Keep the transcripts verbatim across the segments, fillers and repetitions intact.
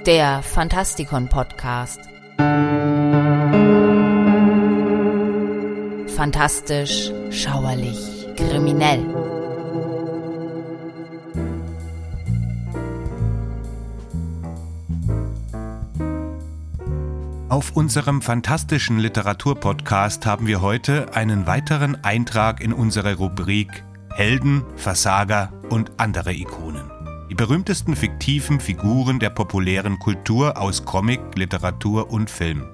Der Fantastikon-Podcast. Fantastisch, schauerlich, kriminell. Auf unserem fantastischen Literaturpodcast haben wir heute einen weiteren Eintrag in unsere Rubrik Helden, Versager und andere Ikonen. Die berühmtesten fiktiven Figuren der populären Kultur aus Comic, Literatur und Film.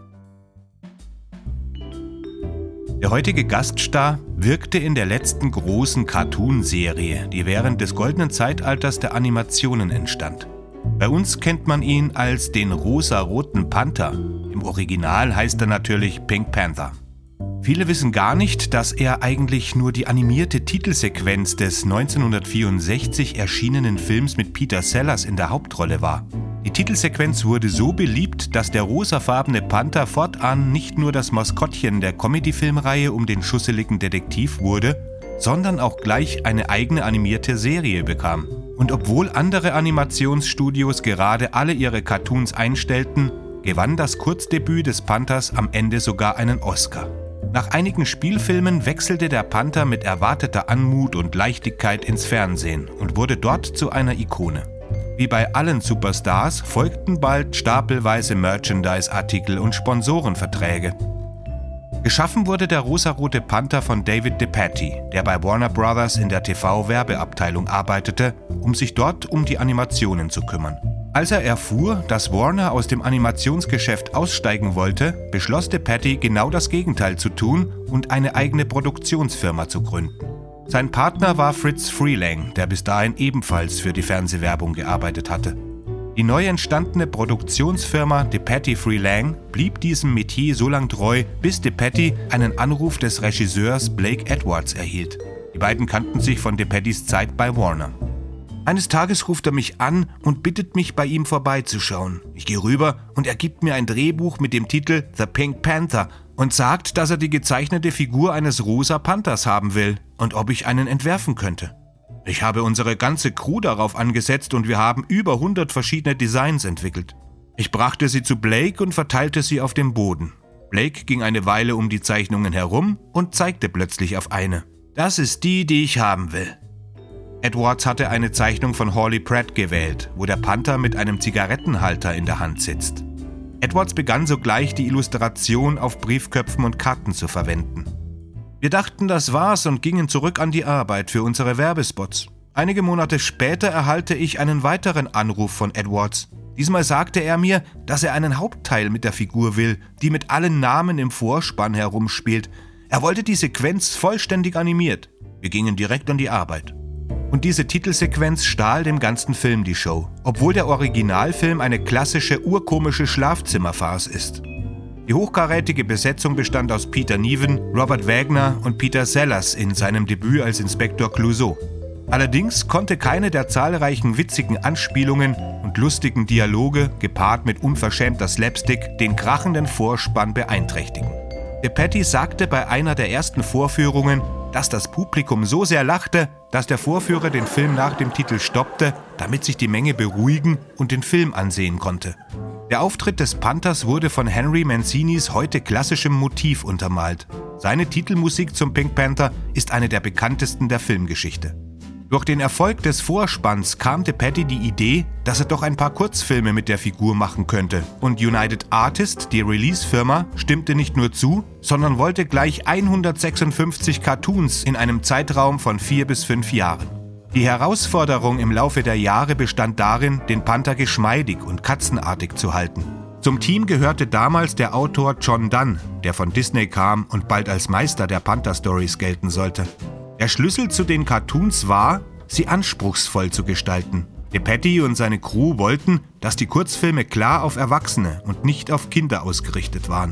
Der heutige Gaststar wirkte in der letzten großen Cartoon-Serie, die während des goldenen Zeitalters der Animationen entstand. Bei uns kennt man ihn als den rosa-roten Panther. Im Original heißt er natürlich Pink Panther. Viele wissen gar nicht, dass er eigentlich nur die animierte Titelsequenz des neunzehnhundertvierundsechzig erschienenen Films mit Peter Sellers in der Hauptrolle war. Die Titelsequenz wurde so beliebt, dass der rosafarbene Panther fortan nicht nur das Maskottchen der Comedy-Filmreihe um den schusseligen Detektiv wurde, sondern auch gleich eine eigene animierte Serie bekam. Und obwohl andere Animationsstudios gerade alle ihre Cartoons einstellten, gewann das Kurzdebüt des Panthers am Ende sogar einen Oscar. Nach einigen Spielfilmen wechselte der Panther mit erwarteter Anmut und Leichtigkeit ins Fernsehen und wurde dort zu einer Ikone. Wie bei allen Superstars folgten bald stapelweise Merchandise-Artikel und Sponsorenverträge. Geschaffen wurde der rosarote Panther von David DePatie, der bei Warner Brothers in der T V-Werbeabteilung arbeitete, um sich dort um die Animationen zu kümmern. Als er erfuhr, dass Warner aus dem Animationsgeschäft aussteigen wollte, beschloss DePatie genau das Gegenteil zu tun und eine eigene Produktionsfirma zu gründen. Sein Partner war Fritz Freleng, der bis dahin ebenfalls für die Fernsehwerbung gearbeitet hatte. Die neu entstandene Produktionsfirma DePatie Freleng blieb diesem Metier so lang treu, bis DePatie einen Anruf des Regisseurs Blake Edwards erhielt. Die beiden kannten sich von DePaties Zeit bei Warner. Eines Tages ruft er mich an und bittet mich, bei ihm vorbeizuschauen. Ich gehe rüber und er gibt mir ein Drehbuch mit dem Titel The Pink Panther und sagt, dass er die gezeichnete Figur eines rosa Panthers haben will und ob ich einen entwerfen könnte. Ich habe unsere ganze Crew darauf angesetzt und wir haben über hundert verschiedene Designs entwickelt. Ich brachte sie zu Blake und verteilte sie auf dem Boden. Blake ging eine Weile um die Zeichnungen herum und zeigte plötzlich auf eine. Das ist die, die ich haben will. Edwards hatte eine Zeichnung von Hawley Pratt gewählt, wo der Panther mit einem Zigarettenhalter in der Hand sitzt. Edwards begann sogleich, die Illustration auf Briefköpfen und Karten zu verwenden. Wir dachten, das war's und gingen zurück an die Arbeit für unsere Werbespots. Einige Monate später erhalte ich einen weiteren Anruf von Edwards. Diesmal sagte er mir, dass er einen Hauptteil mit der Figur will, die mit allen Namen im Vorspann herumspielt. Er wollte die Sequenz vollständig animiert. Wir gingen direkt an die Arbeit. Und diese Titelsequenz stahl dem ganzen Film die Show, obwohl der Originalfilm eine klassische, urkomische Schlafzimmerfarce ist. Die hochkarätige Besetzung bestand aus Peter Niven, Robert Wagner und Peter Sellers in seinem Debüt als Inspektor Clouseau. Allerdings konnte keine der zahlreichen witzigen Anspielungen und lustigen Dialoge, gepaart mit unverschämter Slapstick, den krachenden Vorspann beeinträchtigen. DePatie sagte bei einer der ersten Vorführungen, dass das Publikum so sehr lachte, dass der Vorführer den Film nach dem Titel stoppte, damit sich die Menge beruhigen und den Film ansehen konnte. Der Auftritt des Panthers wurde von Henry Mancinis heute klassischem Motiv untermalt. Seine Titelmusik zum Pink Panther ist eine der bekanntesten der Filmgeschichte. Durch den Erfolg des Vorspanns kam DePatie die Idee, dass er doch ein paar Kurzfilme mit der Figur machen könnte. Und United Artists, die Release-Firma, stimmte nicht nur zu, sondern wollte gleich hundertsechsundfünfzig Cartoons in einem Zeitraum von vier bis fünf Jahren. Die Herausforderung im Laufe der Jahre bestand darin, den Panther geschmeidig und katzenartig zu halten. Zum Team gehörte damals der Autor John Dunn, der von Disney kam und bald als Meister der Panther-Stories gelten sollte. Der Schlüssel zu den Cartoons war, sie anspruchsvoll zu gestalten. DePatie und seine Crew wollten, dass die Kurzfilme klar auf Erwachsene und nicht auf Kinder ausgerichtet waren.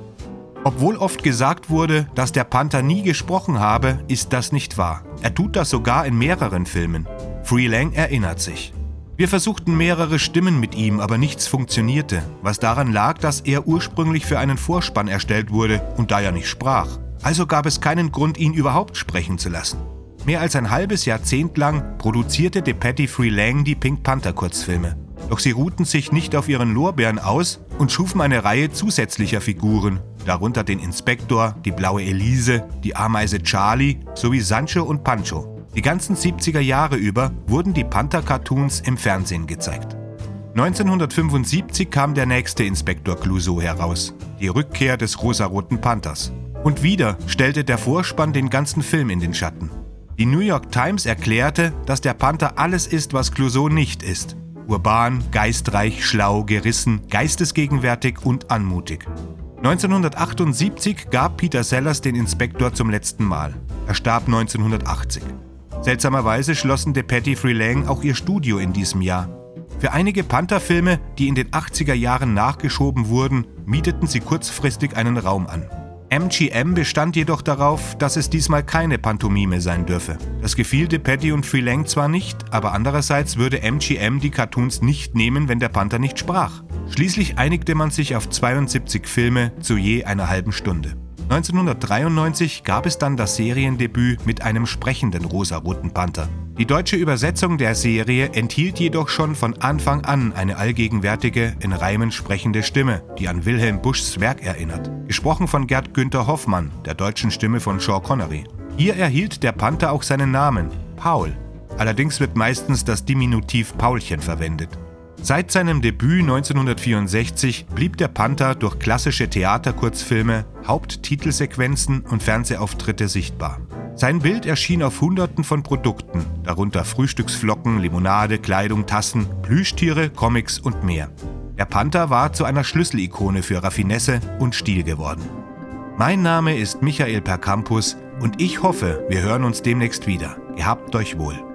Obwohl oft gesagt wurde, dass der Panther nie gesprochen habe, ist das nicht wahr. Er tut das sogar in mehreren Filmen. Freleng erinnert sich. Wir versuchten mehrere Stimmen mit ihm, aber nichts funktionierte, was daran lag, dass er ursprünglich für einen Vorspann erstellt wurde und da er nicht sprach. Also gab es keinen Grund, ihn überhaupt sprechen zu lassen. Mehr als ein halbes Jahrzehnt lang produzierte DePatie Freleng die Pink Panther Kurzfilme. Doch sie ruhten sich nicht auf ihren Lorbeeren aus und schufen eine Reihe zusätzlicher Figuren, darunter den Inspektor, die blaue Elise, die Ameise Charlie sowie Sancho und Pancho. Die ganzen siebziger Jahre über wurden die Panther-Cartoons im Fernsehen gezeigt. neunzehnhundertfünfundsiebzig kam der nächste Inspektor Clouseau heraus, die Rückkehr des rosaroten Panthers. Und wieder stellte der Vorspann den ganzen Film in den Schatten. Die New York Times erklärte, dass der Panther alles ist, was Clouseau nicht ist. Urban, geistreich, schlau, gerissen, geistesgegenwärtig und anmutig. neunzehnhundertachtundsiebzig gab Peter Sellers den Inspektor zum letzten Mal. Er starb neunzehnhundertachtzig. Seltsamerweise schlossen DePatie Freleng auch ihr Studio in diesem Jahr. Für einige Panther-Filme, die in den achtziger Jahren nachgeschoben wurden, mieteten sie kurzfristig einen Raum an. M G M bestand jedoch darauf, dass es diesmal keine Pantomime sein dürfe. Das gefiel DePatie und Freleng zwar nicht, aber andererseits würde M G M die Cartoons nicht nehmen, wenn der Panther nicht sprach. Schließlich einigte man sich auf zweiundsiebzig Filme zu je einer halben Stunde. neunzehnhundertdreiundneunzig gab es dann das Seriendebüt mit einem sprechenden rosaroten Panther. Die deutsche Übersetzung der Serie enthielt jedoch schon von Anfang an eine allgegenwärtige, in Reimen sprechende Stimme, die an Wilhelm Buschs Werk erinnert. Gesprochen von Gerd Günther Hoffmann, der deutschen Stimme von Sean Connery. Hier erhielt der Panther auch seinen Namen, Paul. Allerdings wird meistens das Diminutiv Paulchen verwendet. Seit seinem Debüt neunzehnhundertvierundsechzig blieb der Panther durch klassische Theaterkurzfilme, Haupttitelsequenzen und Fernsehauftritte sichtbar. Sein Bild erschien auf Hunderten von Produkten, darunter Frühstücksflocken, Limonade, Kleidung, Tassen, Plüschtiere, Comics und mehr. Der Panther war zu einer Schlüsselikone für Raffinesse und Stil geworden. Mein Name ist Michael Percampus und ich hoffe, wir hören uns demnächst wieder. Gehabt euch wohl.